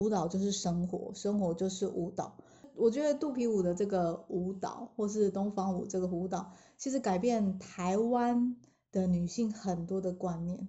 舞蹈就是生活，生活就是舞蹈。我觉得肚皮舞的这个舞蹈，或是东方舞这个舞蹈，其实改变台湾的女性很多的观念。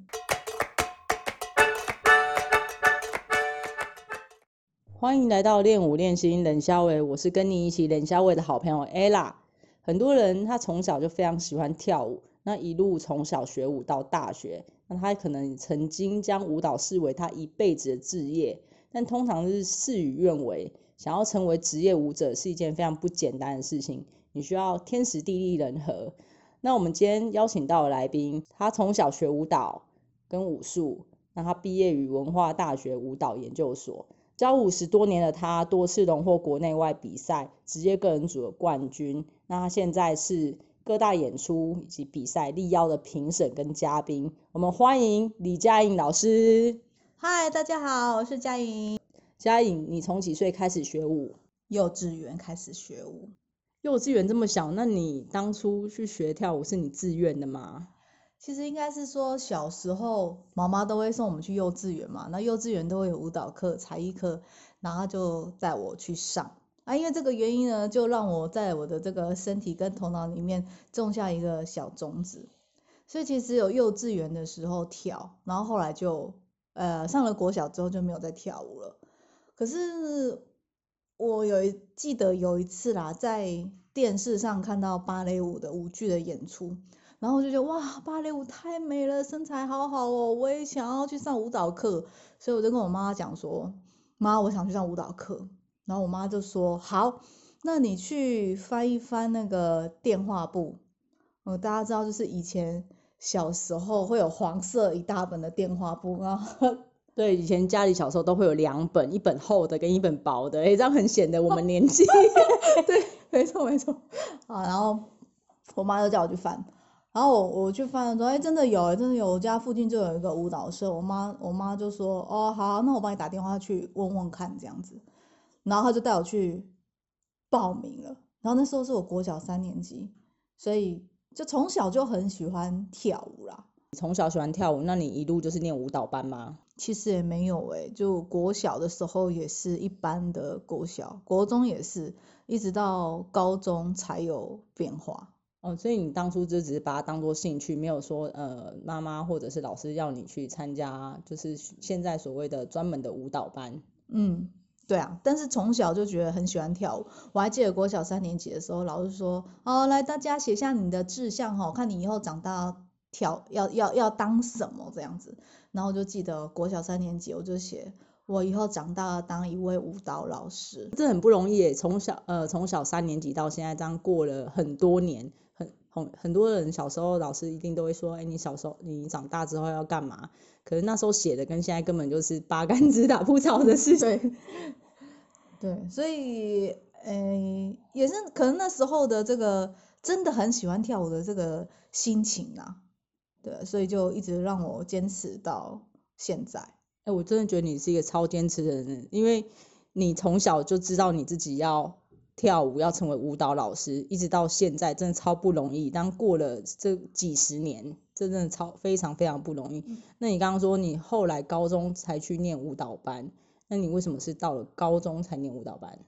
欢迎来到练舞练心冷肖伟，我是跟你一起冷肖伟的好朋友 Ella。很多人他从小就非常喜欢跳舞，那一路从小学舞到大学，那他可能曾经将舞蹈视为他一辈子的志业，但通常是事与愿违。想要成为职业舞者是一件非常不简单的事情，你需要天时地利人和。那我们今天邀请到的来宾，他从小学舞蹈跟武术，那他毕业于文化大学舞蹈研究所。教舞10多年的他，多次荣获国内外比赛职业个人组的冠军。那他现在是各大演出以及比赛力邀的评审跟嘉宾。我们欢迎李佳颖老师。 嗨，大家好，我是佳颖。 佳颖，你从几岁开始学舞？ 幼稚园开始学舞。 幼稚园这么小，那你当初去学跳舞是你自愿的吗？ 其实应该是说，小时候妈妈都会送我们去幼稚园嘛，那幼稚园都会有舞蹈课、才艺课，然后就带我去上。因为这个原因呢，就让我在我的这个身体跟头脑里面种下一个小种子。所以其实有幼稚园的时候跳，然后后来就上了国小之后就没有再跳舞了。可是我记得有一次啦，在电视上看到芭蕾舞的舞剧的演出。然后我就觉得哇，芭蕾舞太美了，身材好好哦，我也想要去上舞蹈课，所以我就跟我妈讲说，妈，我想去上舞蹈课。然后我妈就说，好，那你去翻一翻那个电话簿。大家知道就是以前小时候会有黄色一大本的电话簿，然后对，以前家里小时候都会有2本，一本厚的跟一本薄的，这样很显得我们年纪。 对，没错没错。然后我妈就叫我去翻。然后我去翻了说，真的有，真的有，我家附近就有一个舞蹈社。我妈就说，哦，好，那我帮你打电话去问问看这样子。然后他就带我去报名了。然后那时候是我国小3年级，所以就从小就很喜欢跳舞啦。 从小喜欢跳舞，那你一路就是念舞蹈班吗？ 其实也没有就国小的时候也是一般的国小，国中也是，一直到高中才有变化。 所以你当初就只是把它当做兴趣，没有说妈妈或者是老师要你去参加，就是现在所谓的专门的舞蹈班。 对啊，但是从小就觉得很喜欢跳舞。我还记得国小3年级的时候，老师说，来大家写下你的志向看你以后长大要当什么这样子。然后我就记得国小3年级，我就写我以后长大要当一位舞蹈老师。 这很不容易耶，从小3年级到现在这样过了很多年，很多人小时候老师一定都会说，你小时候你长大之后要干嘛？可是那时候写的跟现在根本就是八竿子打不着的事情。 对，所以也是可能那时候的这个真的很喜欢跳舞的这个心情啊，对，所以就一直让我坚持到现在。 我真的觉得你是一个超坚持的人，因为你从小就知道你自己要跳舞，要成为舞蹈老师，一直到现在真的超不容易。当过了这几十年，真的非常非常不容易。那你刚刚说你后来高中才去念舞蹈班，那你为什么是到了高中才念舞蹈班？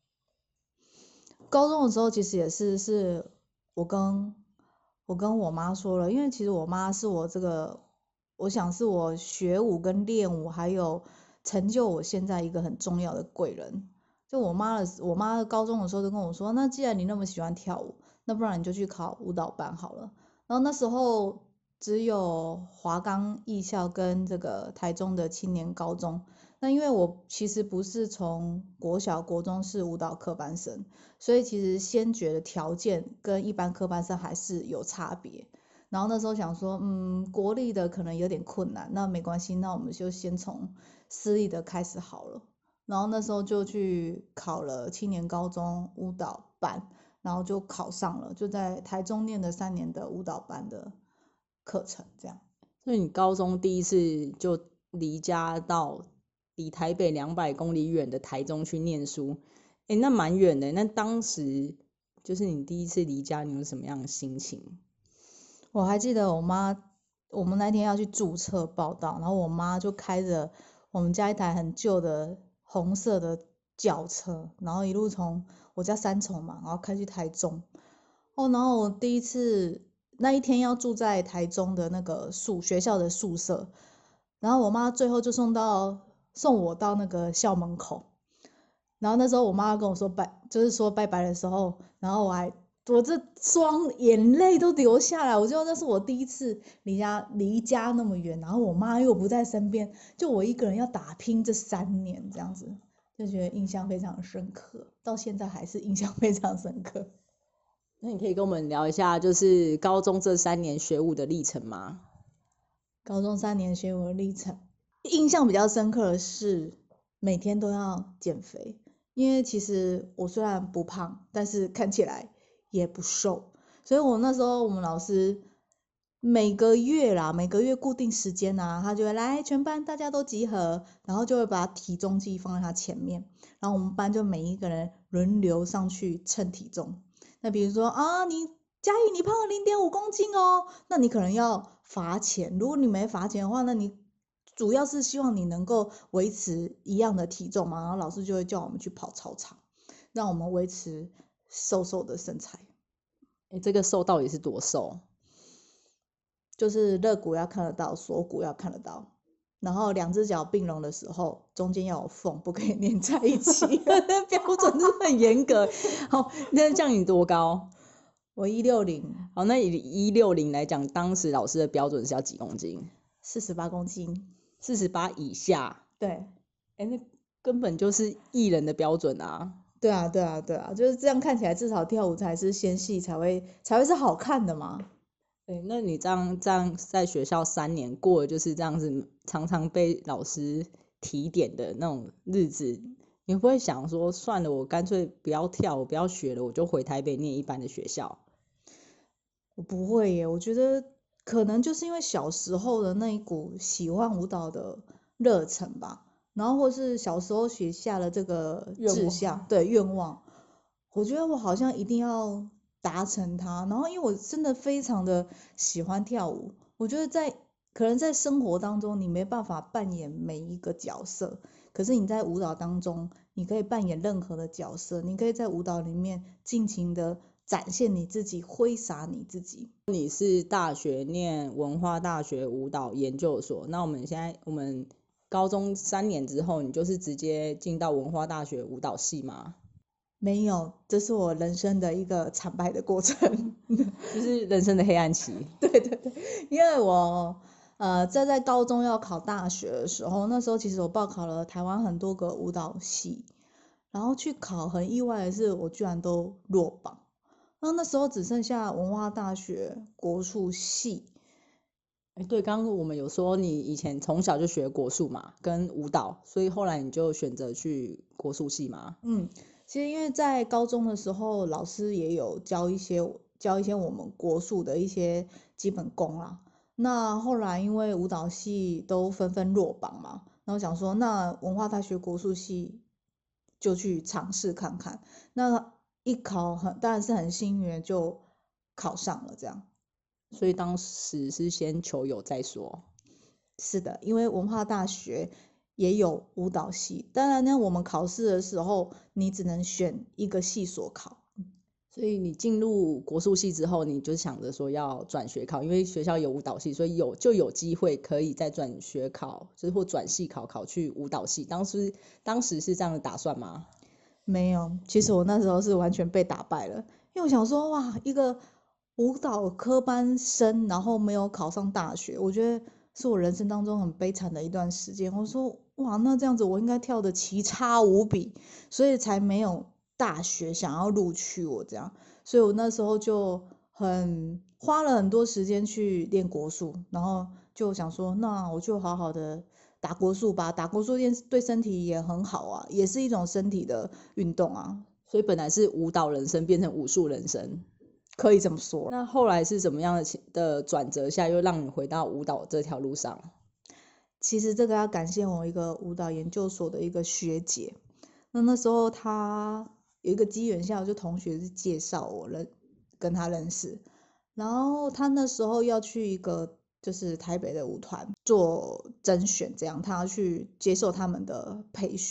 高中的时候其实也是我跟我妈说了，因为其实我妈是我这个，我想是我学舞跟练舞还有成就我现在一个很重要的贵人。就我妈高中的时候就跟我说，那既然你那么喜欢跳舞，那不然你就去考舞蹈班好了。然后那时候只有华冈艺校跟这个台中的青年高中。那因为我其实不是从国小国中是舞蹈科班生，所以其实先决的条件跟一般科班生还是有差别。然后那时候想说，国立的可能有点困难，那没关系，那我们就先从私立的开始好了。然后那时候就去考了青年高中舞蹈班，然后就考上了，就在台中念了3年的舞蹈班的课程，这样。 所以你高中第一次就离家到离台北200公里远的台中去念书，那蛮远的。那当时就是你第一次离家，你有什么样的心情？ 我还记得我们那天要去注册报到，然后我妈就开着我们家一台很旧的红色的轿车，然后一路从我家三重嘛，然后开去台中。然后我第一次那一天要住在台中的那个学校的宿舍，然后我妈最后就送我到那个校门口。然后那时候我妈跟我说就是说拜拜的时候，然后我这双眼泪都流下来。我觉得那是我第一次离家那么远，然后我妈又不在身边，就我一个人要打拼这3年这样子，就觉得印象非常深刻，到现在还是印象非常深刻。 那你可以跟我们聊一下，就是高中这3年学舞的历程吗？ 高中3年学舞的历程，印象比较深刻的是每天都要减肥，因为其实我虽然不胖，但是看起来也不瘦，所以我那时候我们老师每个月固定时间啊，他就会来全班大家都集合，然后就会把体重计放在他前面，然后我们班就每一个人轮流上去称体重。那比如说啊，嘉义你胖了0.5公斤哦，那你可能要罚钱。如果你没罚钱的话，那你主要是希望你能够维持一样的体重嘛，然后老师就会叫我们去跑操场，让我们维持瘦瘦的身材。 这个瘦到底是多瘦？ 就是肋骨要看得到，锁骨要看得到，然后2只脚并拢的时候，中间要有缝，不可以连在一起。 标准是很严格。好，那这样你多高？ 我160， 好，那以160来讲，当时老师的标准是要几公斤 48公斤。 ？48以下。 对， 那根本就是艺人的标准啊。 对啊，就是这样看起来，至少跳舞才是纤细，才会是好看的嘛。 对，那你这样在学校3年过的就是这样子，常常被老师提点的那种日子，你会不会想说，算了，我干脆不要跳，我不要学了，我就回台北念一般的学校？ 我不会耶，我觉得可能就是因为小时候的那一股喜欢舞蹈的热忱吧，然后或是小时候写下了这个志向，对，愿望，我觉得我好像一定要达成它。然后因为我真的非常的喜欢跳舞，我觉得可能在生活当中你没办法扮演每一个角色，可是你在舞蹈当中，你可以扮演任何的角色，你可以在舞蹈里面尽情的展现你自己，挥洒你自己。 你是大学念文化大学舞蹈研究所，那我们高中3年之后，你就是直接进到文化大学舞蹈系吗？ 没有，这是我人生的一个惨败的过程。 就是人生的黑暗期。 对，因为我在高中要考大学的时候，那时候其实我报考了台湾很多个舞蹈系，然后去考，很意外的是我居然都落榜。那时候只剩下文化大学国术系。 对，刚刚我们有说你以前从小就学国术嘛，跟舞蹈，所以后来你就选择去国术系嘛。 其实因为在高中的时候，老师也有教一些我们国术的一些基本功啦。那后来因为舞蹈系都纷纷落榜嘛，然后想说那文化大学国术系就去尝试看看。那一考当然是很幸运的就考上了这样。 所以当时是先求有再说。 是的，因为文化大学也有舞蹈系，当然呢，我们考试的时候你只能选一个系所考。 所以你进入国术系之后，你就想着说要转学考，因为学校有舞蹈系，所以有机会可以再转学考，就是或转系考去舞蹈系。当时是这样的打算吗？ 没有，其实我那时候是完全被打败了，因为我想说，哇，一个舞蹈科班生，然后没有考上大学，我觉得是我人生当中很悲惨的一段时间。我说，哇，那这样子我应该跳得奇差无比，所以才没有大学想要录取我这样。所以我那时候就花了很多时间去练国术，然后就想说，那我就好好的打国术吧，打国术对身体也很好啊，也是一种身体的运动啊。 所以本来是舞蹈人生变成武术人生， 可以这么说。 那后来是怎么样的转折下，又让你回到舞蹈这条路上？ 其实这个要感谢我一个舞蹈研究所的一个学姐，那时候她有一个机缘下，就同学是介绍我跟她认识，然后她那时候要去一个就是台北的舞团做甄选，这样她要去接受他们的培训，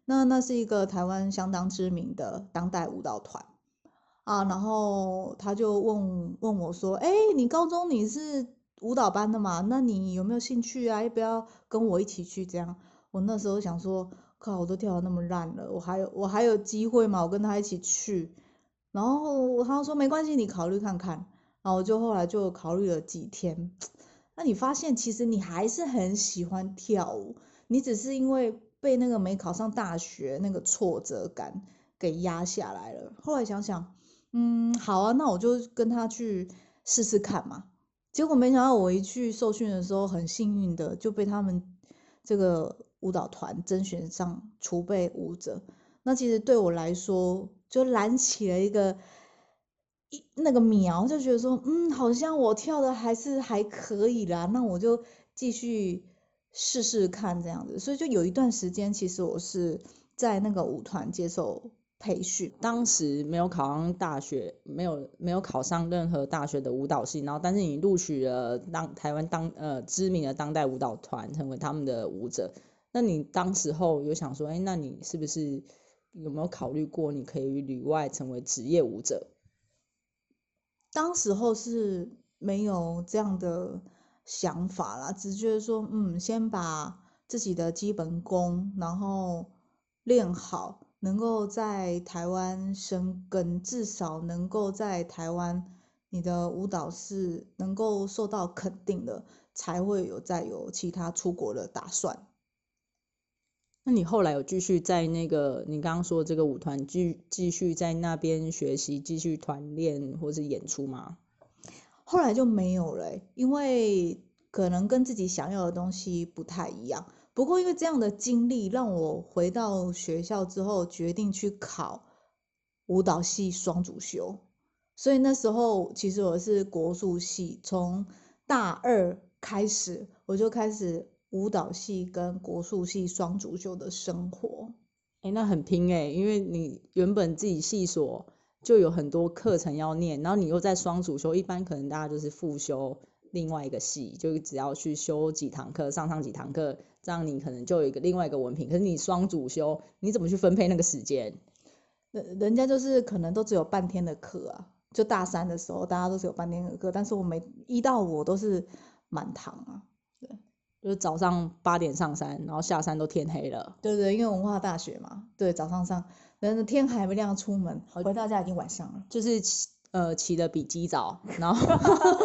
那是一个台湾相当知名的当代舞蹈团啊，然后他就问我说，哎，你高中你是舞蹈班的嘛？那你有没有兴趣啊？要不要跟我一起去？这样，我那时候想说，靠，我都跳得那么烂了，我还有机会吗？我跟他一起去，然后他说没关系，你考虑看看。然后我就后来就考虑了几天，那你发现其实你还是很喜欢跳舞，你只是因为被那个没考上大学那个挫折感给压下来了。后来想想，好啊，那我就跟他去试试看嘛。结果没想到我一去受训的时候，很幸运的就被他们这个舞蹈团甄选上储备舞者。那其实对我来说，就燃起了那个苗，就觉得说，好像我跳的还可以啦，那我就继续试试看这样子。所以就有一段时间，其实我是在那个舞团接受培训。 当时没有考上大学，没有考上任何大学的舞蹈系，然后但是你录取了台湾知名的当代舞蹈团，成为他们的舞者。那你当时候有想说，那你是不是有没有考虑过你可以旅外成为职业舞者？ 当时候是没有这样的想法啦，只觉得说，先把自己的基本功，然后练好，能够在台湾生根，至少能够在台湾你的舞蹈是能够受到肯定的，才会再有其他出国的打算。 那你后来有继续在那个你刚刚说的这个舞团继续在那边学习，继续团练或是演出吗？ 后来就没有了因为可能跟自己想要的东西不太一样。不过因为这样的经历，让我回到学校之后决定去考舞蹈系双主修。所以那时候其实我是国术系，从大二开始我就开始舞蹈系跟国术系双主修的生活。 那很拼因为你原本自己系所就有很多课程要念，然后你又在双主修，一般可能大家就是复修另外一个系，就只要去修几堂课，上几堂课，这样你可能就有另外一个文凭。可是你双主修，你怎么去分配那个时间？ 人家就是可能都只有半天的课啊，就大三的时候大家都是有半天的课，但是我每1到5都是满堂啊。对， 就是早上8点上山，然后下山都天黑了。 对对，因为文化大学嘛，对，早上上，天还没亮出门，回到家已经晚上了。 就是起得比鸡早，然后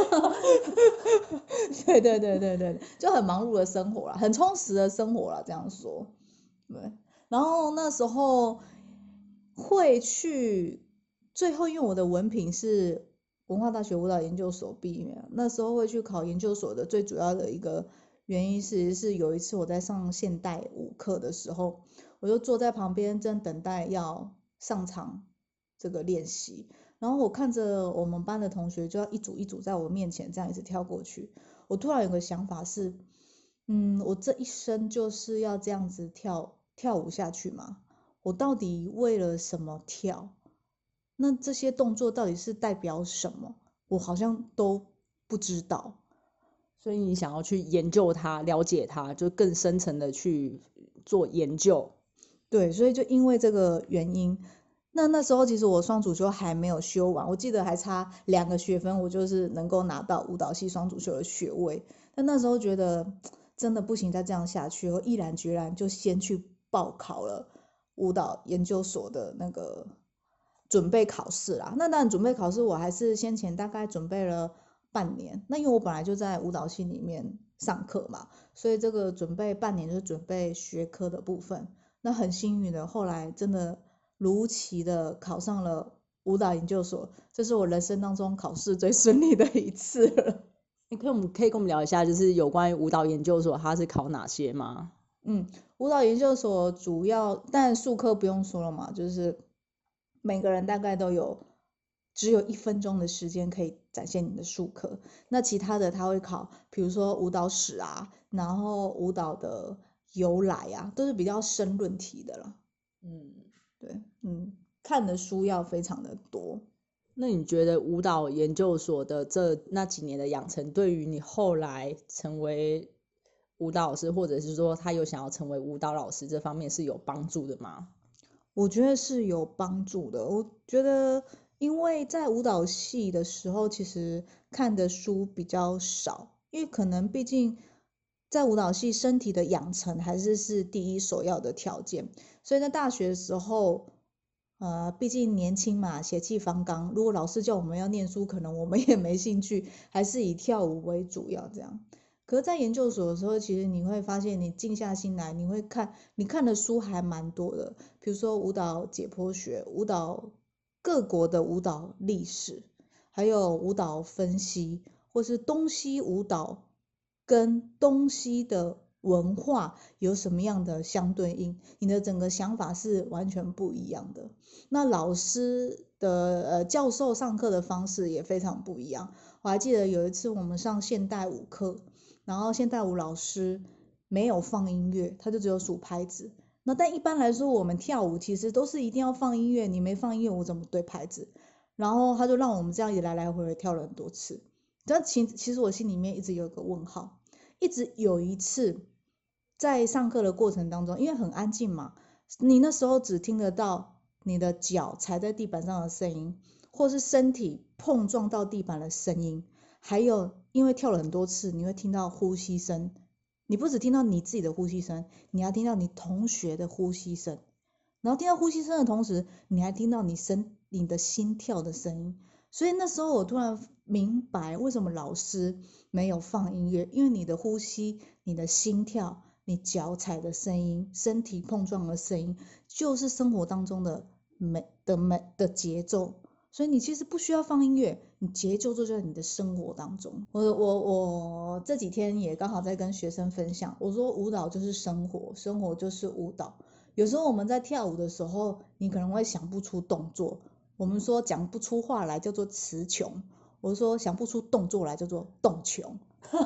对对对对对，就很忙碌的生活啦，很充实的生活啦，这样说。对，然后那时候会去，最后因为我的文凭是文化大学舞蹈研究所毕业，那时候会去考研究所的最主要的一个原因是有一次我在上现代舞课的时候，我就坐在旁边正等待要上场这个练习，然后我看着我们班的同学就要一组一组在我面前这样一直跳过去，我突然有个想法是，我这一生就是要这样子跳舞下去吗？我到底为了什么跳？那这些动作到底是代表什么？我好像都不知道。 所以你想要去研究它，了解它，就更深层的去做研究。 对，所以就因为这个原因，那时候其实我双主修还没有修完，我记得还差2个学分，我就是能够拿到舞蹈系双主修的学位。但那时候觉得真的不行，再这样下去，我毅然决然就先去报考了舞蹈研究所的那个准备考试啦。那当然准备考试我还是先前大概准备了半年，那因为我本来就在舞蹈系里面上课嘛，所以这个准备半年就是准备学科的部分。那很幸运的，后来真的如期的考上了舞蹈研究所，这是我人生当中考试最顺利的一次了。 可以跟我们聊一下，就是有关于舞蹈研究所，它是考哪些吗？ 舞蹈研究所主要，但术科不用说了嘛，就是每个人大概只有1分钟的时间可以展现你的术科。那其他的他会考，比如说舞蹈史啊，然后舞蹈的由来啊，都是比较申论题的了。对，看的书要非常的多。 那你觉得舞蹈研究所的那几年的养成，对于你后来成为舞蹈老师，或者是说他有想要成为舞蹈老师，这方面是有帮助的吗？ 我觉得是有帮助的。我觉得，因为在舞蹈系的时候，其实看的书比较少，因为可能毕竟在舞蹈系身体的养成还是第一首要的条件，所以在大学的时候，毕竟年轻嘛，血气方刚，如果老师叫我们要念书，可能我们也没兴趣，还是以跳舞为主要这样。可是，在研究所的时候，其实你会发现，你静下心来，你看的书还蛮多的。比如说舞蹈解剖学、各国的舞蹈历史，还有舞蹈分析，或是东西舞蹈跟东西的文化有什么样的相对应，你的整个想法是完全不一样的。那老师的教授上课的方式也非常不一样。我还记得有一次我们上现代舞课，然后现代舞老师没有放音乐，他就只有数拍子。那但一般来说，我们跳舞其实都是一定要放音乐，你没放音乐，我怎么对拍子？然后他就让我们这样一来来回回跳了很多次。但其实我心里面一直有个问号，一直有一次在上课的过程当中，因为很安静嘛，你那时候只听得到你的脚踩在地板上的声音，或是身体碰撞到地板的声音，还有因为跳了很多次，你会听到呼吸声。你不只听到你自己的呼吸声，你还听到你同学的呼吸声，然后听到呼吸声的同时，你还听到你的心跳的声音。所以那时候我突然明白为什么老师没有放音乐，因为你的呼吸、你的心跳、你脚踩的声音、身体碰撞的声音，就是生活当中的的节奏。所以你其实不需要放音乐，你节奏就在你的生活当中。我这几天也刚好在跟学生分享，我说舞蹈就是生活，生活就是舞蹈。有时候我们在跳舞的时候，你可能会想不出动作，我们说讲不出话来叫做词穷，我说想不出动作来叫做动穷。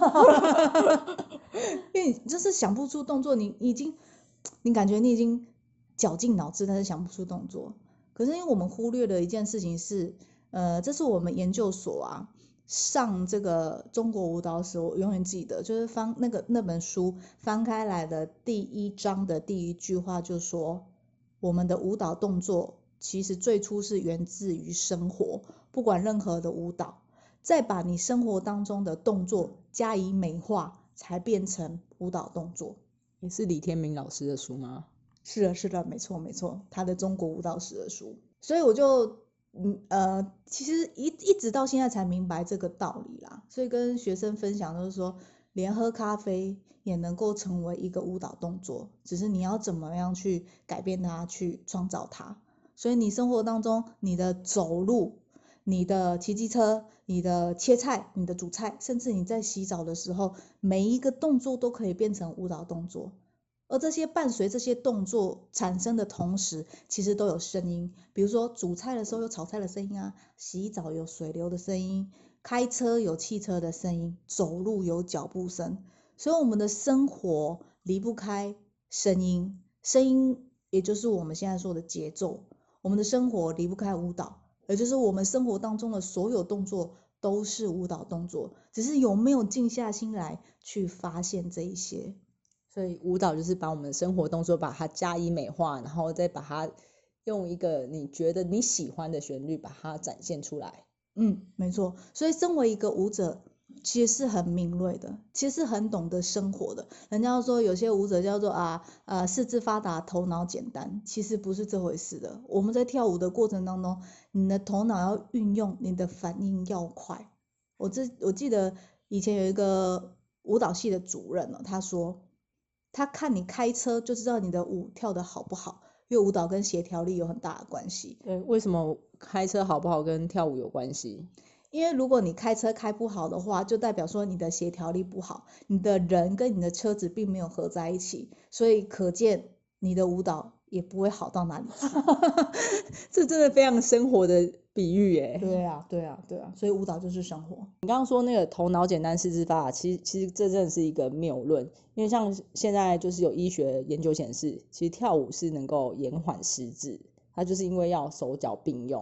因为你就是想不出动作，你感觉你已经绞尽脑汁，但是想不出动作。可是因为我们忽略了一件事情是，这是我们研究所啊上这个中国舞蹈史，我永远记得，就是那本书翻开来的第一章的第一句话就说，我们的舞蹈动作其实最初是源自于生活，不管任何的舞蹈，再把你生活当中的动作加以美化，才变成舞蹈动作。 也是李天明老师的书吗？ 是的，是的，没错，没错，他的中国舞蹈史的书，所以我就其实一直到现在才明白这个道理啦。所以跟学生分享就是说，连喝咖啡也能够成为一个舞蹈动作，只是你要怎么样去改变它，去创造它。所以你生活当中，你的走路、你的骑机车、你的切菜、你的煮菜，甚至你在洗澡的时候，每一个动作都可以变成舞蹈动作。而这些伴随这些动作产生的同时，其实都有声音，比如说煮菜的时候有炒菜的声音啊，洗澡有水流的声音，开车有汽车的声音，走路有脚步声。所以我们的生活离不开声音，声音也就是我们现在说的节奏。我们的生活离不开舞蹈，也就是我们生活当中的所有动作都是舞蹈动作，只是有没有静下心来去发现这一些。 所以舞蹈就是把我们的生活动作把它加以美化，然后再把它用一个你觉得你喜欢的旋律把它展现出来。 没错。所以身为一个舞者，其实是很敏锐的，其实是很懂得生活的。人家说有些舞者叫做四肢发达，头脑简单，其实不是这回事的。我们在跳舞的过程当中，你的头脑要运用，你的反应要快。我记得以前有一个舞蹈系的主任他说，他看你开车就知道你的舞跳得好不好，因为舞蹈跟协调力有很大的关系。 对，为什么开车好不好跟跳舞有关系？ 因为如果你开车开不好的话，就代表说你的协调力不好，你的人跟你的车子并没有合在一起，所以可见你的舞蹈也不会好到哪里去。 这真的非常生活的比喻耶。 对啊，对啊，对啊，所以舞蹈就是生活。 你刚刚说那个头脑简单四肢发达，其实这真的是一个谬论，因为像现在就是有医学研究显示，其实跳舞是能够延缓失智，它就是因为要手脚并用，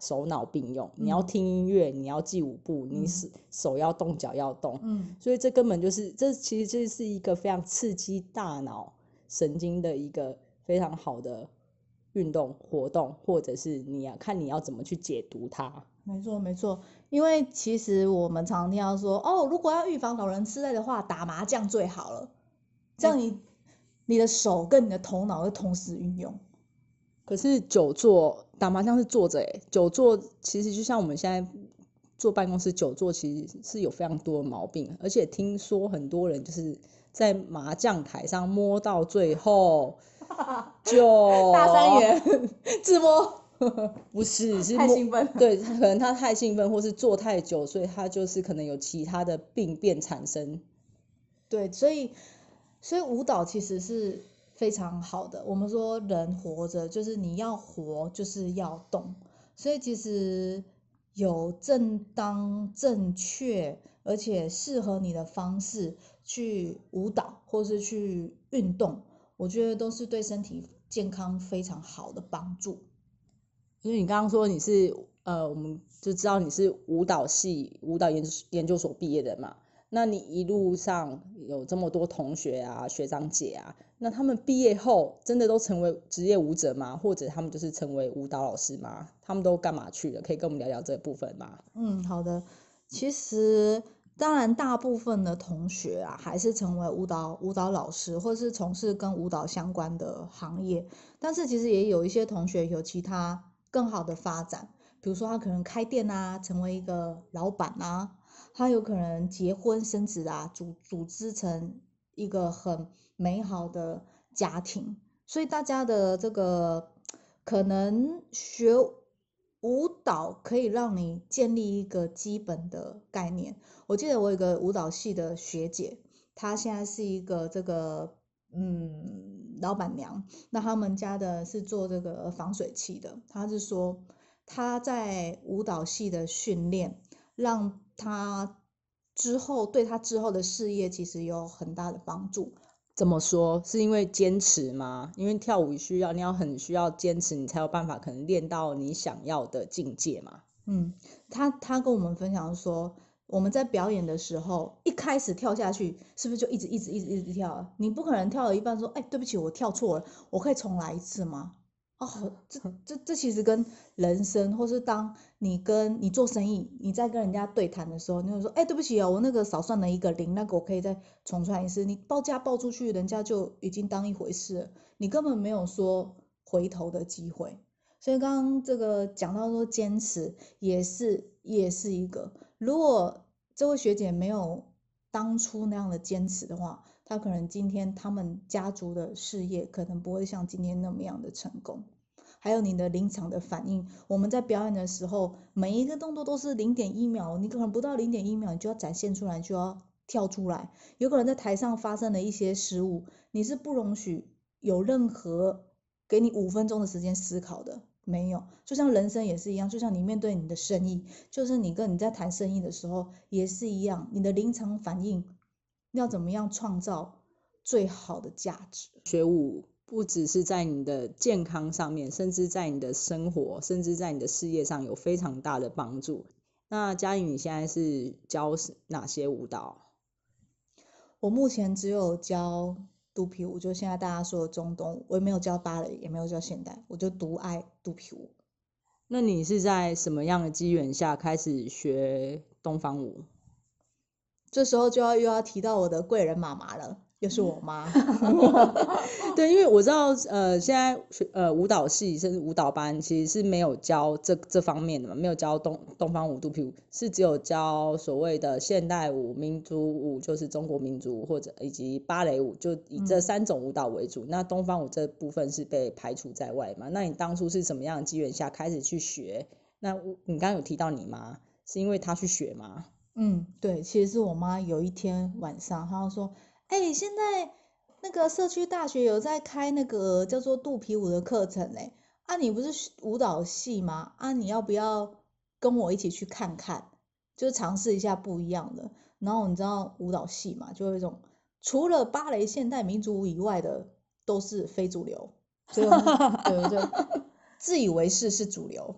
手脑并用，你要听音乐，你要记舞步，你手要动，脚要动，所以这根本就是这其实是一个非常刺激大脑神经的一个非常好的运动活动，或者是你要怎么去解读它。 没错没错，因为其实我们常听到说，哦，如果要预防老人痴呆的话，打麻将最好了，这样你的手跟你的头脑会同时运用。 可是久坐打麻将是坐着久坐其实就像我们现在坐办公室久坐，其实是有非常多的毛病，而且听说很多人就是在麻将台上摸到最后就大三元自摸不是太兴奋了， 对，可能他太兴奋或是坐太久，所以他就是可能有其他的病变产生。 对，所以舞蹈其实是非常好的。我们说人活着就是你要活就是要动，所以其实有正当正确而且适合你的方式去舞蹈或是去运动，我觉得都是对身体健康非常好的帮助。 因为你刚刚说你是我们就知道你是舞蹈系舞蹈研究所毕业的嘛，那你一路上有这么多同学啊学长姐啊，那他们毕业后真的都成为职业舞者吗？或者他们就是成为舞蹈老师吗？他们都干嘛去了？可以跟我们聊聊这部分吗？ 好的。其实当然大部分的同学啊还是成为舞蹈老师或是从事跟舞蹈相关的行业，但是其实也有一些同学有其他更好的发展，比如说他可能开店啊，成为一个老板啊，他有可能结婚生子啊，组织成一个很美好的家庭，所以大家的这个可能学舞蹈可以让你建立一个基本的概念。我记得我有一个舞蹈系的学姐，她现在是一个这个老板娘，那他们家的是做这个防水器的。她是说她在舞蹈系的训练，让她对她之后的事业其实有很大的帮助。 怎么说？是因为坚持吗？因为跳舞你要很需要坚持，你才有办法可能练到你想要的境界嘛。 他跟我们分享说，我们在表演的时候，一开始跳下去，是不是就一直跳啊？你不可能跳了一半说，哎，对不起，我跳错了，我可以重来一次吗？哦，这其实跟人生，或是当你做生意，你在跟人家对谈的时候，你会说，哎，对不起哦，我那个少算了一个零，那个我可以再重算一次。你报价报出去，人家就已经当一回事了，你根本没有说回头的机会。所以刚刚这个讲到说坚持也是一个，如果这位学姐没有当初那样的坚持的话，她可能今天他们家族的事业可能不会像今天那么样的成功。还有你的临场的反应，我们在表演的时候，每一个动作都是0.1秒，你可能不到0.1秒，你就要展现出来，就要跳出来。有可能在台上发生了一些失误，你是不容许有任何给你5分钟的时间思考的。没有，就像人生也是一样，就像你面对你的生意，就是你在谈生意的时候也是一样，你的临场反应要怎么样创造最好的价值。 学舞不只是在你的健康上面，甚至在你的生活，甚至在你的事业上有非常大的帮助。那嘉颖，你现在是教哪些舞蹈？ 我目前只有教肚皮舞，就现在大家说的中东舞，我也没有教芭蕾，也没有教现代，我就独爱肚皮舞。 那你是在什么样的机缘下开始学东方舞？ 这时候又要提到我的贵人妈妈了，又是我妈。 对，因为我知道现在舞蹈系甚至舞蹈班其实是没有教这方面的嘛，没有教东方舞、肚皮舞，是只有教所谓的现代舞、民族舞，就是中国民族舞，或者以及芭蕾舞，就以这3种舞蹈为主。那东方舞这部分是被排除在外嘛？那你当初是什么样的机缘下开始去学？那你刚刚有提到你妈，是因为她去学吗？ 对，其实是我妈有一天晚上，她就说，哎，现在那个社区大学有在开那个叫做肚皮舞的课程嘞，啊，你不是舞蹈系吗？啊，你要不要跟我一起去看看，就是尝试一下不一样的。然后你知道舞蹈系嘛，就有一种除了芭蕾、现代、民族舞以外的都是非主流，所以我们对自以为是主流。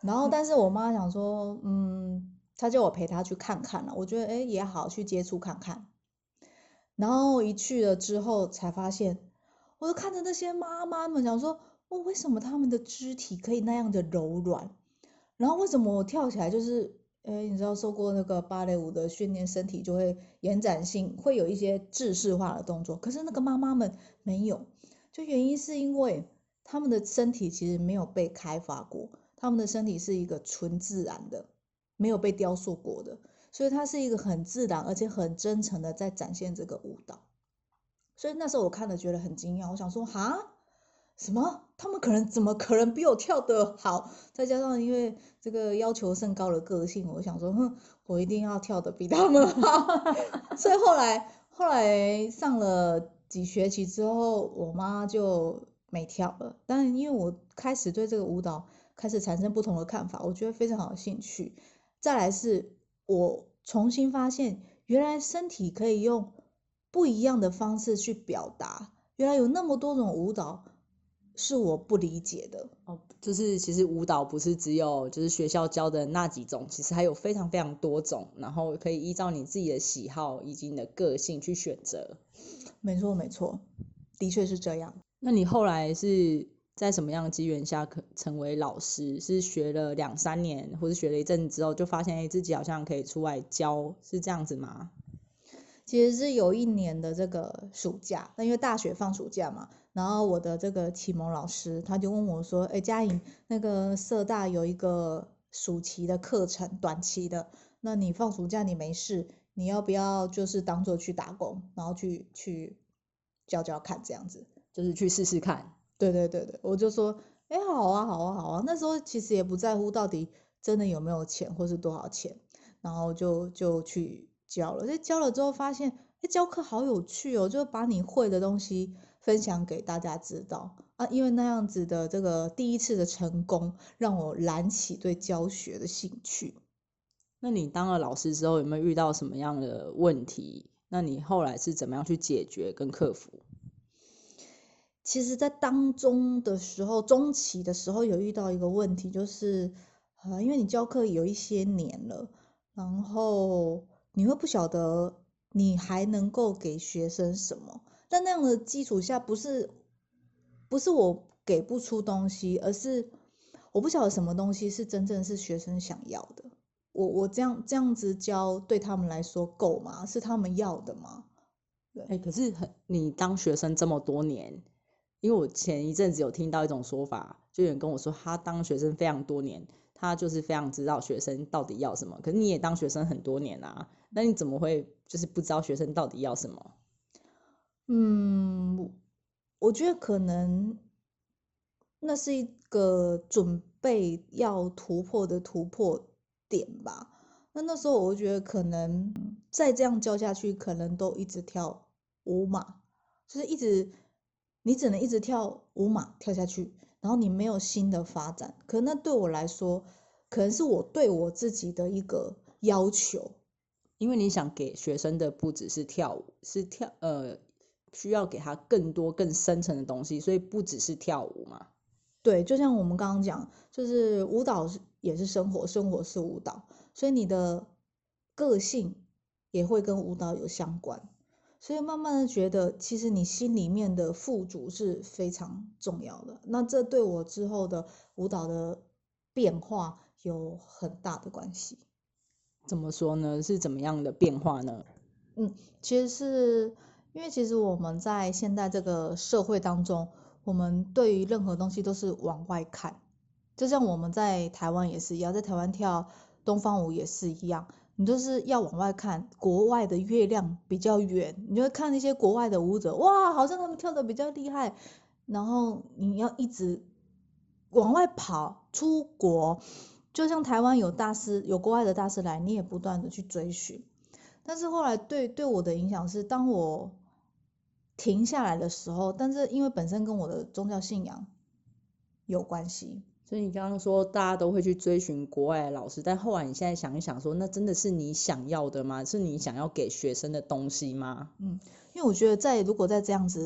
然后但是我妈想说，她叫我陪她去看看了，我觉得也好，去接触看看。然后一去了之后才发现，我就看着那些妈妈们想说，为什么她们的肢体可以那样的柔软？然后为什么我跳起来就是，你知道受过那个芭蕾舞的训练，身体就会延展性，会有一些制式化的动作，可是那个妈妈们没有，就原因是因为她们的身体其实没有被开发过，她们的身体是一个纯自然的，没有被雕塑过的，所以它是一个很自然而且很真诚的在展现这个舞蹈。所以那时候我看了觉得很惊讶，我想说哈，什么？他们怎么可能比我跳得好？再加上因为这个要求甚高的个性，我想说，我一定要跳得比他们好。所以后来上了几学期之后，我妈就没跳了。但因为我开始对这个舞蹈开始产生不同的看法，我觉得非常有兴趣。再来是我重新发现，原来身体可以用不一样的方式去表达，原来有那么多种舞蹈是我不理解的。 就是其实舞蹈不是只有就是学校教的那几种，其实还有非常非常多种，然后可以依照你自己的喜好以及你的个性去选择。 没错，没错，的确是这样。 那你后来是在什么样的机缘下成为老师？是学了2-3年，或是学了一阵子之后就发现自己好像可以出来教，是这样子吗？ 其实是有一年的这个暑假，那因为大学放暑假嘛，然后我的这个启蒙老师他就问我说：佳颖，那个社大有一个暑期的课程，短期的，那你放暑假你没事，你要不要就是当做去打工，然后去教教看这样子？ 就是去试试看。 对对对对，我就说，好啊好啊好啊，那时候其实也不在乎到底真的有没有钱或是多少钱，然后就去教了。这教了之后发现，教课好有趣哦，就把你会的东西分享给大家知道啊。因为那样子的这个第一次的成功，让我燃起对教学的兴趣。 那你当了老师之后，有没有遇到什么样的问题？那你后来是怎么样去解决跟克服？ 其实，在当中的时候，中期的时候有遇到一个问题，就是因为你教课有一些年了，然后你会不晓得你还能够给学生什么。但那样的基础下，不是我给不出东西，而是我不晓得什么东西是真正是学生想要的。我这样子教对他们来说够吗？是他们要的吗？ 可是你当学生这么多年，因为我前一阵子有听到一种说法，就有人跟我说他当学生非常多年，他就是非常知道学生到底要什么。可是你也当学生很多年啊，那你怎么会就是不知道学生到底要什么？ 我觉得可能那是一个准备要突破的突破点吧。那时候我觉得可能再这样教下去，可能都一直跳舞码，就是你只能一直跳舞码跳下去，然后你没有新的发展。可那对我来说，可能是我对我自己的一个要求。 因为你想给学生的不只是跳舞，是需要给他更多更深层的东西，所以不只是跳舞嘛。 对，就像我们刚刚讲，就是舞蹈也是生活，生活是舞蹈，所以你的个性也会跟舞蹈有相关。所以慢慢的觉得，其实你心里面的富足是非常重要的。那这对我之后的舞蹈的变化有很大的关系。 怎么说呢？是怎么样的变化呢？ 其实是因为其实我们在现在这个社会当中，我们对于任何东西都是往外看，就像我们在台湾也是一样，在台湾跳东方舞也是一样，你就是要往外看，国外的月亮比较圆，你就会看那些国外的舞者，哇，好像他们跳的比较厉害，然后你要一直往外跑，出国，就像台湾有大师，有国外的大师来，你也不断的去追寻。但是后来对我的影响是，当我停下来的时候，但是因为本身跟我的宗教信仰有关系。 所以你刚刚说大家都会去追寻国外的老师，但后来你现在想一想说，那真的是你想要的吗？是你想要给学生的东西吗？ 因为我觉得如果再这样子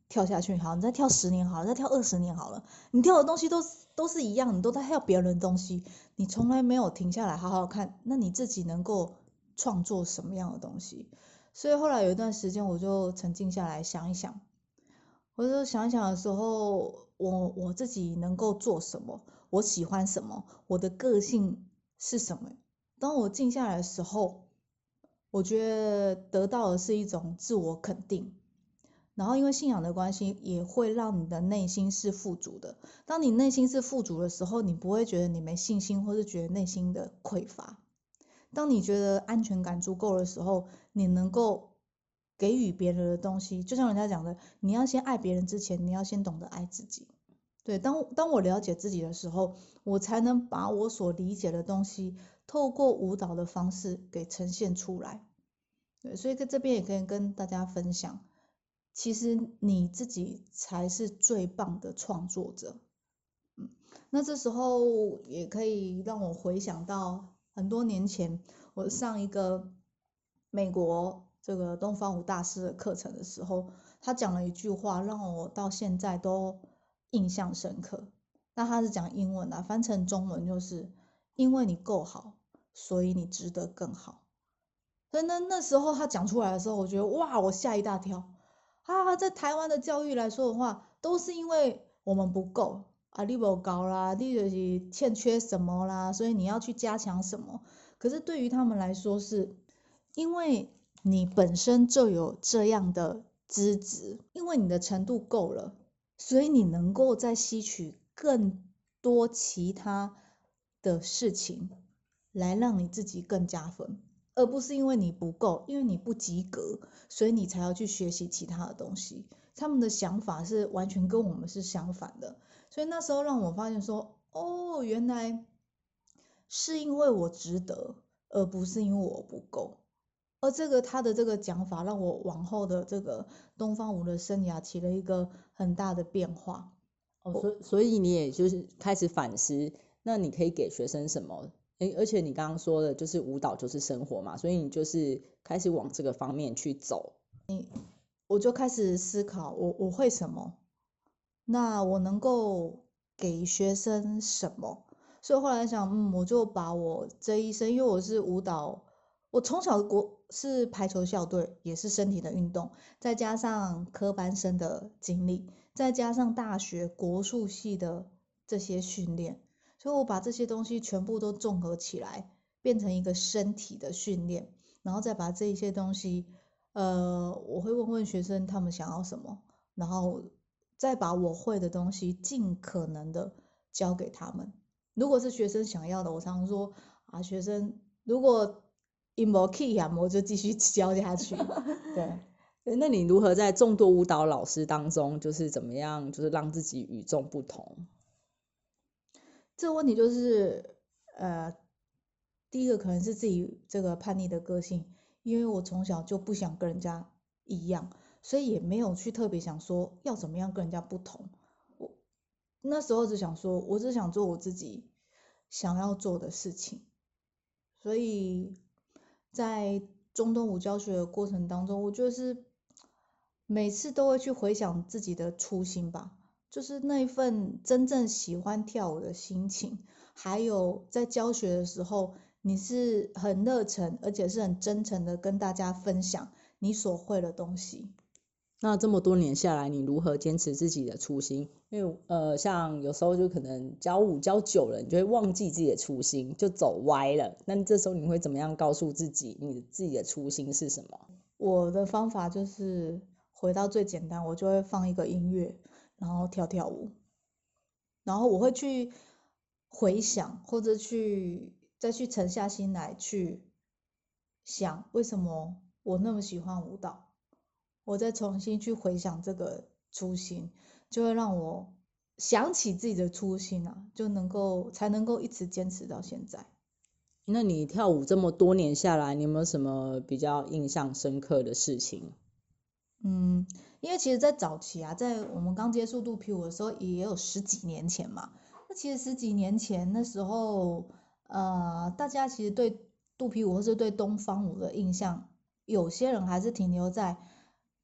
跳下去，好，你再跳10年好了，再跳20年好了，你跳的东西都是一样，你都在跳别人的东西，你从来没有停下来好好看，那你自己能够创作什么样的东西？所以后来有一段时间，我就沉静下来想一想，我就想一想的时候，我自己能够做什么，我喜欢什么，我的个性是什么。当我静下来的时候，我觉得得到的是一种自我肯定。然后因为信仰的关系，也会让你的内心是富足的。当你内心是富足的时候，你不会觉得你没信心，或是觉得内心的匮乏。当你觉得安全感足够的时候，你能够给予别人的东西，就像人家讲的，你要先爱别人之前，你要先懂得爱自己。对，当我了解自己的时候，我才能把我所理解的东西，透过舞蹈的方式给呈现出来。对，所以在这边也可以跟大家分享，其实你自己才是最棒的创作者。那这时候也可以让我回想到很多年前，我上一个美国这个东方舞大师的课程的时候，他讲了一句话，让我到现在都印象深刻。那他是讲英文啊，翻成中文就是因为你够好，所以你值得更好。所以那时候他讲出来的时候，我觉得哇，我吓一大跳啊！在台湾的教育来说的话，都是因为我们不够啊，你不高啦，你就是欠缺什么啦，所以你要去加强什么。可是对于他们来说，是因为你本身就有这样的资质，因为你的程度够了，所以你能够再吸取更多其他的事情，来让你自己更加分。而不是因为你不够，因为你不及格，所以你才要去学习其他的东西。他们的想法是完全跟我们是相反的，所以那时候让我发现说，哦，原来是因为我值得，而不是因为我不够。而他的这个讲法，让我往后的这个东方舞的生涯起了一个很大的变化。 哦，所以你也就是开始反思，那你可以给学生什么？而且你刚刚说的就是舞蹈就是生活嘛，所以你就是开始往这个方面去走。 我就开始思考，我会什么？那我能够给学生什么？所以后来想，我就把我这一生，因为我是舞蹈，我从小是排球校队，也是身体的运动，再加上科班生的经历，再加上大学国术系的这些训练，所以我把这些东西全部都综合起来，变成一个身体的训练，然后再把这一些东西，我会问学生他们想要什么，然后再把我会的东西尽可能的教给他们。如果是学生想要的，我常说啊，学生如果没 key 啊，我就继续教下去。对， 那你如何在众多舞蹈老师当中，就是怎么样，就是让自己与众不同？ 这个问题就是第一个可能是自己这个叛逆的个性，因为我从小就不想跟人家一样，所以也没有去特别想说要怎么样跟人家不同。我那时候只想说，我只想做我自己想要做的事情。所以在中东舞教学的过程当中，我就是每次都会去回想自己的初心吧，就是那一份真正喜欢跳舞的心情，还有在教学的时候，你是很热忱，而且是很真诚的跟大家分享你所会的东西。 那这么多年下来，你如何坚持自己的初心？因为像有时候就可能教舞教久了，你就会忘记自己的初心，就走歪了。那这时候你会怎么样告诉自己，你自己的初心是什么？ 我的方法就是回到最简单，我就会放一个音乐，然后跳跳舞，然后我会去回想，或者再去沉下心来去想，为什么我那么喜欢舞蹈，我再重新去回想这个初心，就会让我想起自己的初心啊，才能够一直坚持到现在。 那你跳舞这么多年下来，你有没有什么比较印象深刻的事情？ 因为其实，在早期啊，在我们刚接触肚皮舞的时候，也有十几年前嘛。那其实十几年前那时候，大家其实对肚皮舞或是对东方舞的印象，有些人还是停留在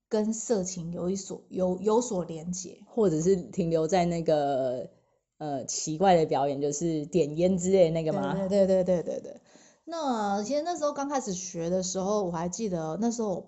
跟色情有所连结， 或者是停留在那个奇怪的表演，就是点烟之类的那个吗？ 对。那其实那时候刚开始学的时候，我还记得那时候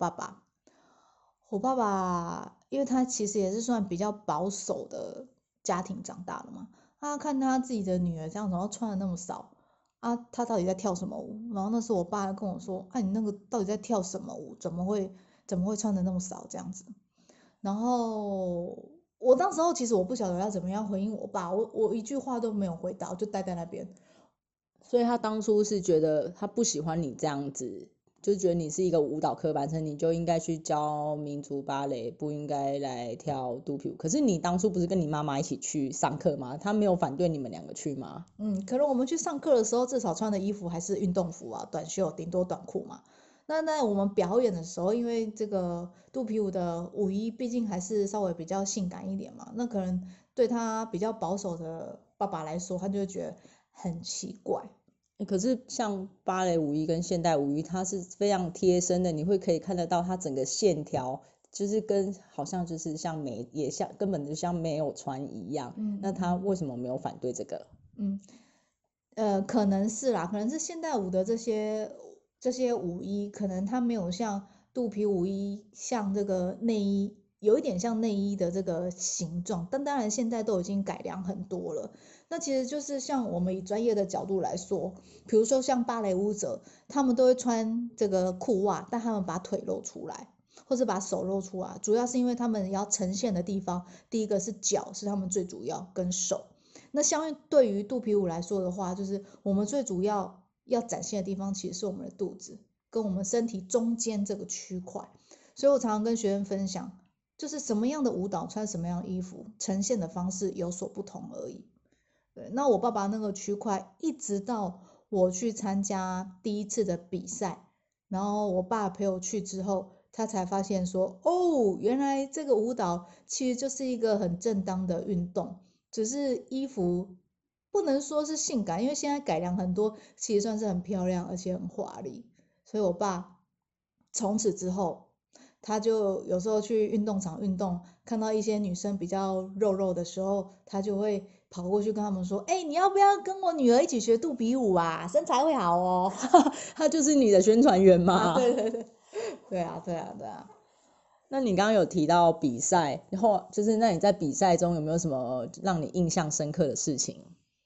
我爸爸，因为他其实也是算比较保守的家庭长大的嘛，他看他自己的女儿这样，然后穿的那么少啊，他到底在跳什么舞？然后那时候我爸还跟我说，啊，你那个到底在跳什么舞？怎么会穿的那么少这样子？然后我当时候其实我不晓得要怎么样回应我爸，我一句话都没有回答，我就待在那边。 所以他当初是觉得他不喜欢你这样子，就觉得你是一个舞蹈科班生，你就应该去教民族芭蕾，不应该来跳肚皮舞。可是你当初不是跟你妈妈一起去上课吗？他没有反对你们两个去吗？ 可能我们去上课的时候，至少穿的衣服还是运动服啊，短袖，顶多短裤嘛。那我们表演的时候，因为这个肚皮舞的舞衣毕竟还是稍微比较性感一点嘛，那可能对他比较保守的爸爸来说，他就会觉得很奇怪。 可是像芭蕾舞衣跟现代舞衣，它是非常贴身的，你会可以看得到它整个线条，就是跟好像就是像也像根本就像没有穿一样。那他为什么没有反对这个？ 可能是啦，可能是现代舞的这些舞衣，可能它没有像肚皮舞衣像这个内衣，有一点像内衣的这个形状，但当然现在都已经改良很多了。那其实就是像我们以专业的角度来说，比如说像芭蕾舞者，他们都会穿这个裤袜，但他们把腿露出来，或是把手露出来，主要是因为他们要呈现的地方，第一个是脚是他们最主要，跟手。那相对于肚皮舞来说的话，就是我们最主要展现的地方，其实是我们的肚子跟我们身体中间这个区块。所以我常常跟学生分享，就是什么样的舞蹈穿什么样的衣服，呈现的方式有所不同而已。对，那我爸爸那个区块，一直到我去参加第一次的比赛，然后我爸陪我去之后，他才发现说，哦，原来这个舞蹈其实就是一个很正当的运动。只是衣服不能说是性感，因为现在改良很多，其实算是很漂亮而且很华丽。所以我爸从此之后，他就有时候去运动场运动，看到一些女生比较肉肉的时候，他就会跑过去跟他们说：“哎，你要不要跟我女儿一起学肚皮舞啊？身材会好哦。” 他就是你的宣传员嘛。 对，对啊。 那你刚刚有提到比赛，然后就是那你在比赛中有没有什么让你印象深刻的事情？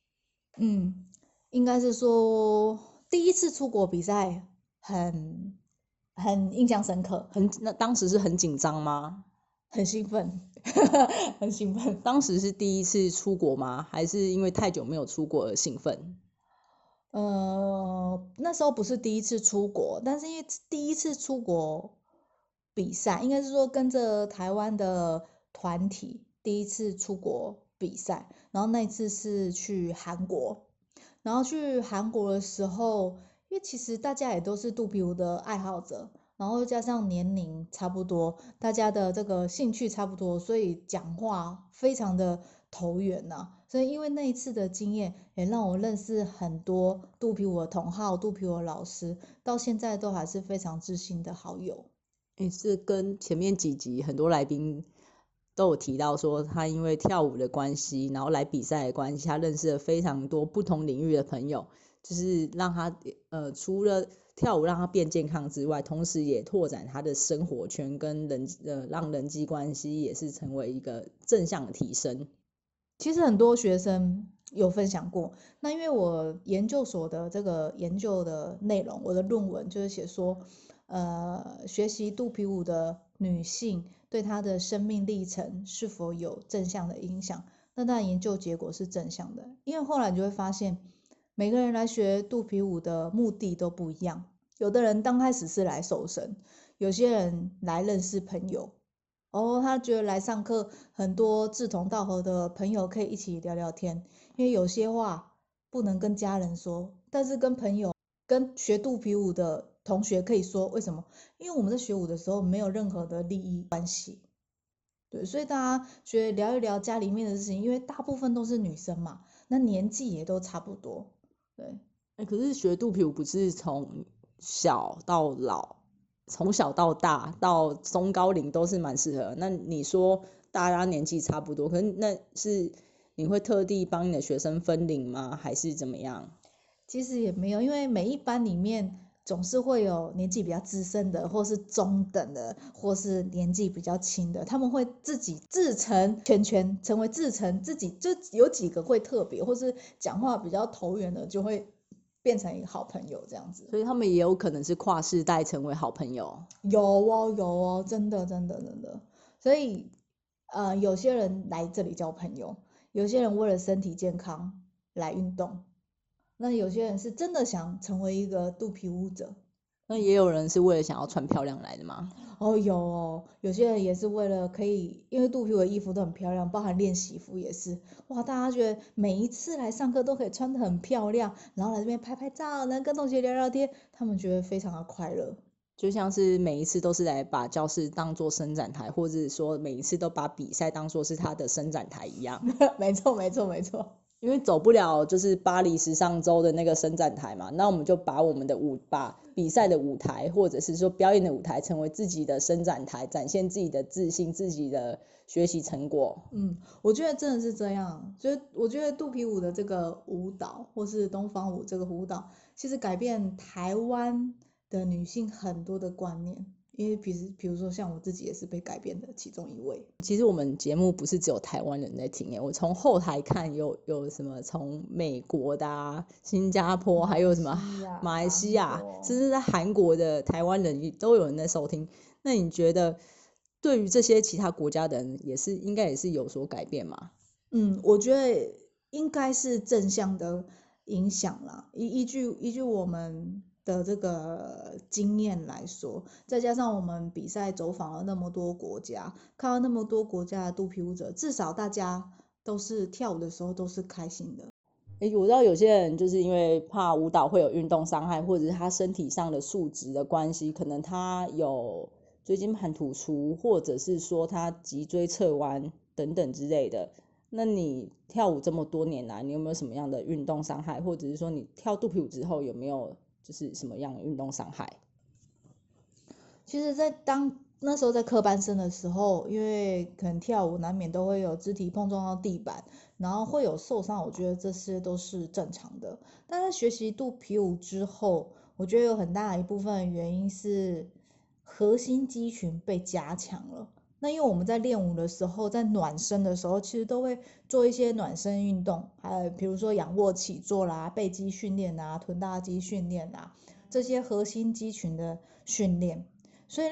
应该是说第一次出国比赛很印象深刻， 那当时是很紧张吗？ 很兴奋，很兴奋。 当时是第一次出国吗？还是因为太久没有出国而兴奋？ 那时候不是第一次出国，但是因为第一次出国比赛，应该是说跟着台湾的团体第一次出国比赛，然后那一次是去韩国，然后去韩国的时候，因为其实大家也都是肚皮舞的爱好者，然后加上年龄差不多，大家的这个兴趣差不多，所以讲话非常的投缘呐、所以因为那一次的经验，也让我认识很多肚皮舞的同好、肚皮舞的老师，到现在都还是非常知心的好友。 是跟前面几集很多来宾都有提到说，他因为跳舞的关系，然后来比赛的关系，他认识了非常多不同领域的朋友，就是让他除了跳舞让他变健康之外，同时也拓展他的生活圈跟让人际关系也是成为一个正向的提升。 其实很多学生有分享过，那因为我研究所的这个研究的内容，我的论文就是写说，学习肚皮舞的女性对她的生命历程是否有正向的影响？那当然研究结果是正向的，因为后来你就会发现，每个人来学肚皮舞的目的都不一样，有的人刚开始是来瘦身，有些人来认识朋友。他觉得来上课很多志同道合的朋友可以一起聊聊天，因为有些话不能跟家人说，但是跟朋友、跟学肚皮舞的同学可以说。为什么？因为我们在学舞的时候没有任何的利益关系，对，所以大家觉得聊一聊家里面的事情，因为大部分都是女生嘛，那年纪也都差不多，对。 可是学肚皮舞不是从小到老从小到大到中高龄都是蛮适合。那你说大家年纪差不多，可是那是你会特地帮你的学生分龄吗？还是怎么样？ 其实也没有，因为每一班里面总是会有年纪比较资深的，或是中等的，或是年纪比较轻的，他们会自己自成圈圈，成为自成自己，就有几个会特别，或是讲话比较投缘的，就会变成一个好朋友这样子。 所以他们也有可能是跨世代成为好朋友。 有哦，有哦，真的，真的，真的。所以，有些人来这里交朋友，有些人为了身体健康来运动，那有些人是真的想成为一个肚皮舞者。 那也有人是为了想要穿漂亮来的吗？ 哦，有哦，有些人也是为了可以，因为肚皮舞的衣服都很漂亮，包含练习服也是。哇，大家觉得每一次来上课都可以穿得很漂亮，然后来这边拍拍照，然后跟同学聊聊天，他们觉得非常的快乐。 就像是每一次都是来把教室当做伸展台，或者说每一次都把比赛当做是他的伸展台一样。 没错，没错，没错。 因为走不了就是巴黎时尚周的那个伸展台嘛，那我们就把我们的把比赛的舞台，或者是说表演的舞台，成为自己的伸展台，展现自己的自信、自己的学习成果。 我觉得真的是这样。所以我觉得肚皮舞的这个舞蹈，或是东方舞这个舞蹈，其实改变台湾的女性很多的观念。因为比如说像我自己也是被改变的其中一位。 其实我们节目不是只有台湾人在听我从后台看有什么从美国的啊、新加坡，还有什么马来西亚，甚至在韩国的台湾人都有人在收听。那你觉得对于这些其他国家的人，应该也是有所改变吗？ 我觉得应该是正向的影响啦。依据我们的这个经验来说，再加上我们比赛走访了那么多国家，看到那么多国家的肚皮舞者，至少大家都是跳舞的时候都是开心的。 我知道有些人就是因为怕舞蹈会有运动伤害，或者是他身体上的素质的关系，可能他有椎间盘突出，或者是说他脊椎侧弯等等之类的。那你跳舞这么多年来，你有没有什么样的运动伤害，或者是说你跳肚皮舞之后有没有就是什么样的运动伤害？ 其实，那时候在科班生的时候，因为可能跳舞难免都会有肢体碰撞到地板，然后会有受伤，我觉得这些都是正常的。但在学习肚皮舞之后，我觉得有很大一部分原因是核心肌群被加强了。那因为我们在练舞的时候，在暖身的时候，其实都会做一些暖身运动，还有比如说仰卧起坐啦、背肌训练啊、臀大肌训练啊，这些核心肌群的训练。所以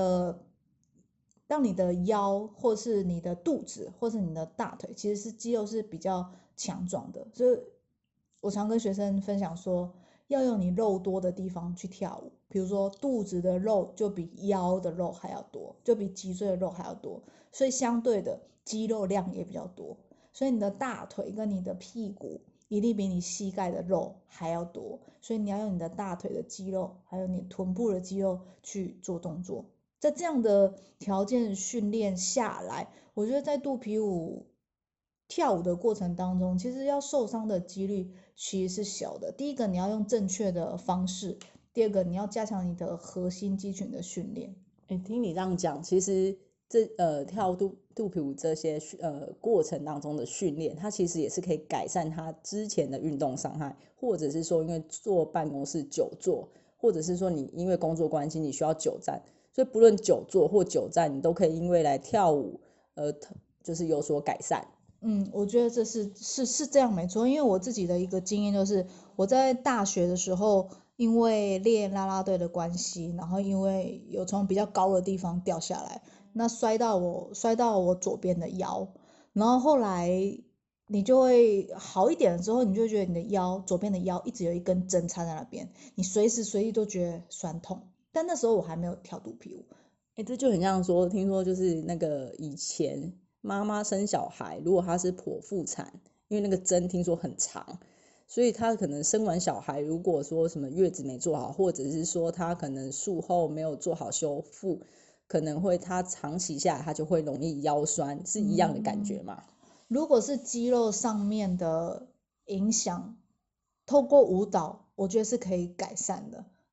让你的腰，或是你的肚子，或是你的大腿，其实是肌肉是比较强壮的。所以我常跟学生分享说，要用你肉多的地方去跳舞。比如说肚子的肉就比腰的肉还要多，就比脊椎的肉还要多，所以相对的肌肉量也比较多。所以你的大腿跟你的屁股一定比你膝盖的肉还要多，所以你要用你的大腿的肌肉，还有你臀部的肌肉去做动作。在这样的条件训练下来，我觉得在肚皮舞跳舞的过程当中，其实要受伤的几率其实是小的。第一个，你要用正确的方式；第二个，你要加强你的核心肌群的训练。 听你这样讲，其实跳肚皮舞这些过程当中的训练，它其实也是可以改善他之前的运动伤害，或者是说因为坐办公室久坐，或者是说你因为工作关系你需要久站，所以不论久坐或久站，你都可以因为来跳舞就是有所改善。 我觉得这是这样没错，因为我自己的一个经验就是，我在大学的时候，因为练啦啦队的关系，然后因为有从比较高的地方掉下来，那摔到我左边的腰，然后后来你就会好一点了之后，你就会觉得你的左边的腰一直有一根针插在那边，你随时随地都觉得酸痛。但那时候我还没有跳肚皮舞。 这就很像说，听说就是那个以前妈妈生小孩，如果她是剖腹产，因为那个针听说很长，所以她可能生完小孩，如果说什么月子没做好，或者是说她可能术后没有做好修复，可能会她长期下来她就会容易腰酸，是一样的感觉吗？ 如果是肌肉上面的影响，透过舞蹈，我觉得是可以改善的。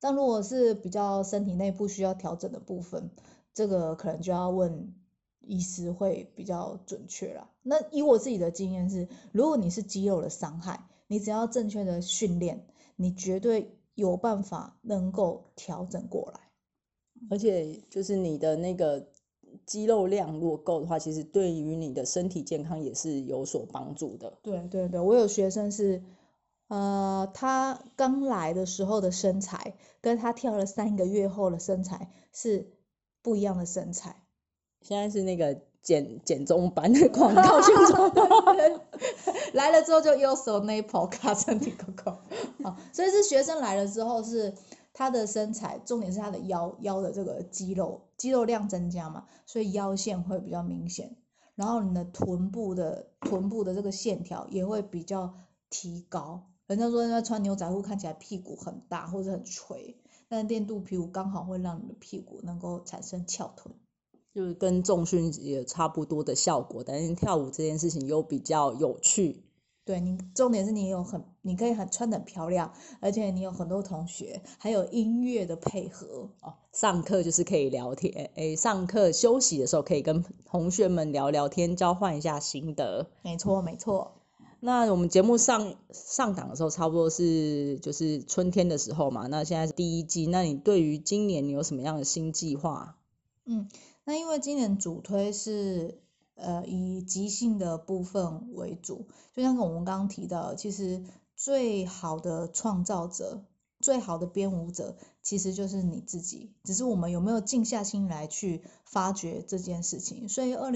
但如果是比较身体内部需要调整的部分，这个可能就要问医师会比较准确啦。那以我自己的经验是，如果你是肌肉的伤害，你只要正确的训练，你绝对有办法能够调整过来。 而且就是你的那个肌肉量如果够的话，其实对于你的身体健康也是有所帮助的。 对对对，我有学生是，他刚来的时候的身材，跟他跳了3个月后的身材是不一样的身材。 现在是那个减重版的广告宣传来了之后就右手那一跑卡身体狗狗，所以是学生来了之后是他的身材，重点是他的腰的这个肌肉量增加嘛，所以腰线会比较明显，然后你的臀部的这个线条也会比较提高。人家说穿牛仔裤看起来屁股很大或者很垂，但是练肚皮舞刚好会让你的屁股能够产生翘臀。 就是跟重训也差不多的效果，但是跳舞这件事情又比较有趣。 对，你重点是你可以穿得很漂亮，而且你有很多同学，还有音乐的配合。 上课就是可以聊天，上课休息的时候可以跟同学们聊聊天，交换一下心得。 没错没错。 那我们节目上档的时候，差不多是就是春天的时候嘛。那现在是第1季，那你对于今年你有什么样的新计划？ 那因为今年主推是以即兴的部分为主，就像我们刚刚提到，其实最好的创造者、最好的编舞者，其实就是你自己，只是我们有没有静下心来去发掘这件事情。所以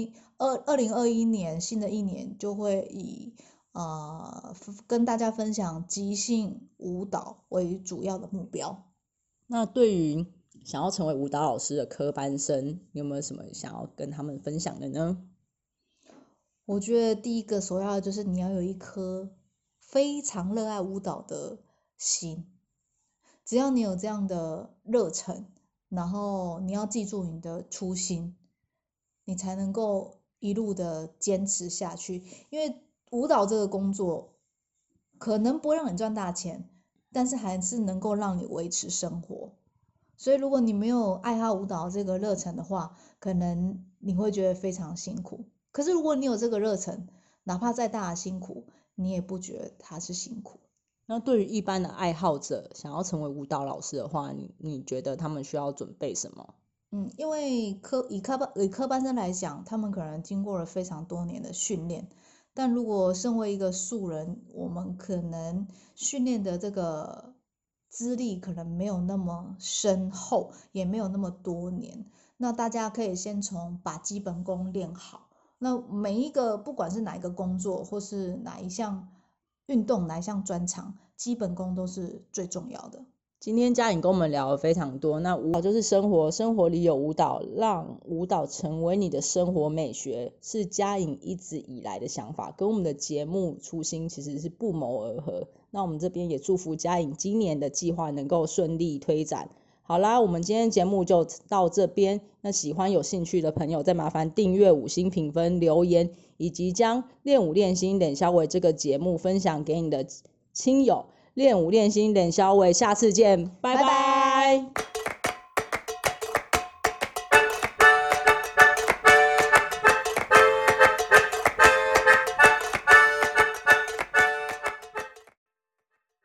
2021年新的一年就会以跟大家分享即兴舞蹈为主要的目标。 那对于想要成为舞蹈老师的科班生，你有没有什么想要跟他们分享的呢？ 我觉得第一个首要的就是你要有一颗非常热爱舞蹈的心，只要你有这样的热忱，然后你要记住你的初心，你才能够一路的坚持下去。因为舞蹈这个工作可能不会让你赚大钱，但是还是能够让你维持生活。所以如果你没有爱好舞蹈这个热忱的话，可能你会觉得非常辛苦。可是如果你有这个热忱，哪怕再大的辛苦，你也不觉得它是辛苦。 那对于一般的爱好者想要成为舞蹈老师的话，你觉得他们需要准备什么？ 因为以科班生来讲，他们可能经过了非常多年的训练，但如果身为一个素人，我们可能训练的这个资历可能没有那么深厚，也没有那么多年。那大家可以先从把基本功练好。那每一个不管是哪一个工作，或是哪一项运动、哪一项专长，基本功都是最重要的。 今天嘉颖跟我们聊了非常多，那舞蹈就是生活，生活里有舞蹈，让舞蹈成为你的生活美学，是嘉颖一直以来的想法，跟我们的节目初心其实是不谋而合。那我们这边也祝福嘉颖今年的计划能够顺利推展。好啦，我们今天节目就到这边。那喜欢有兴趣的朋友，再麻烦订阅、5星评分、留言，以及将练舞练心冷肖伟这个节目分享给你的亲友。练舞练心冷肖伟，下次见，拜拜。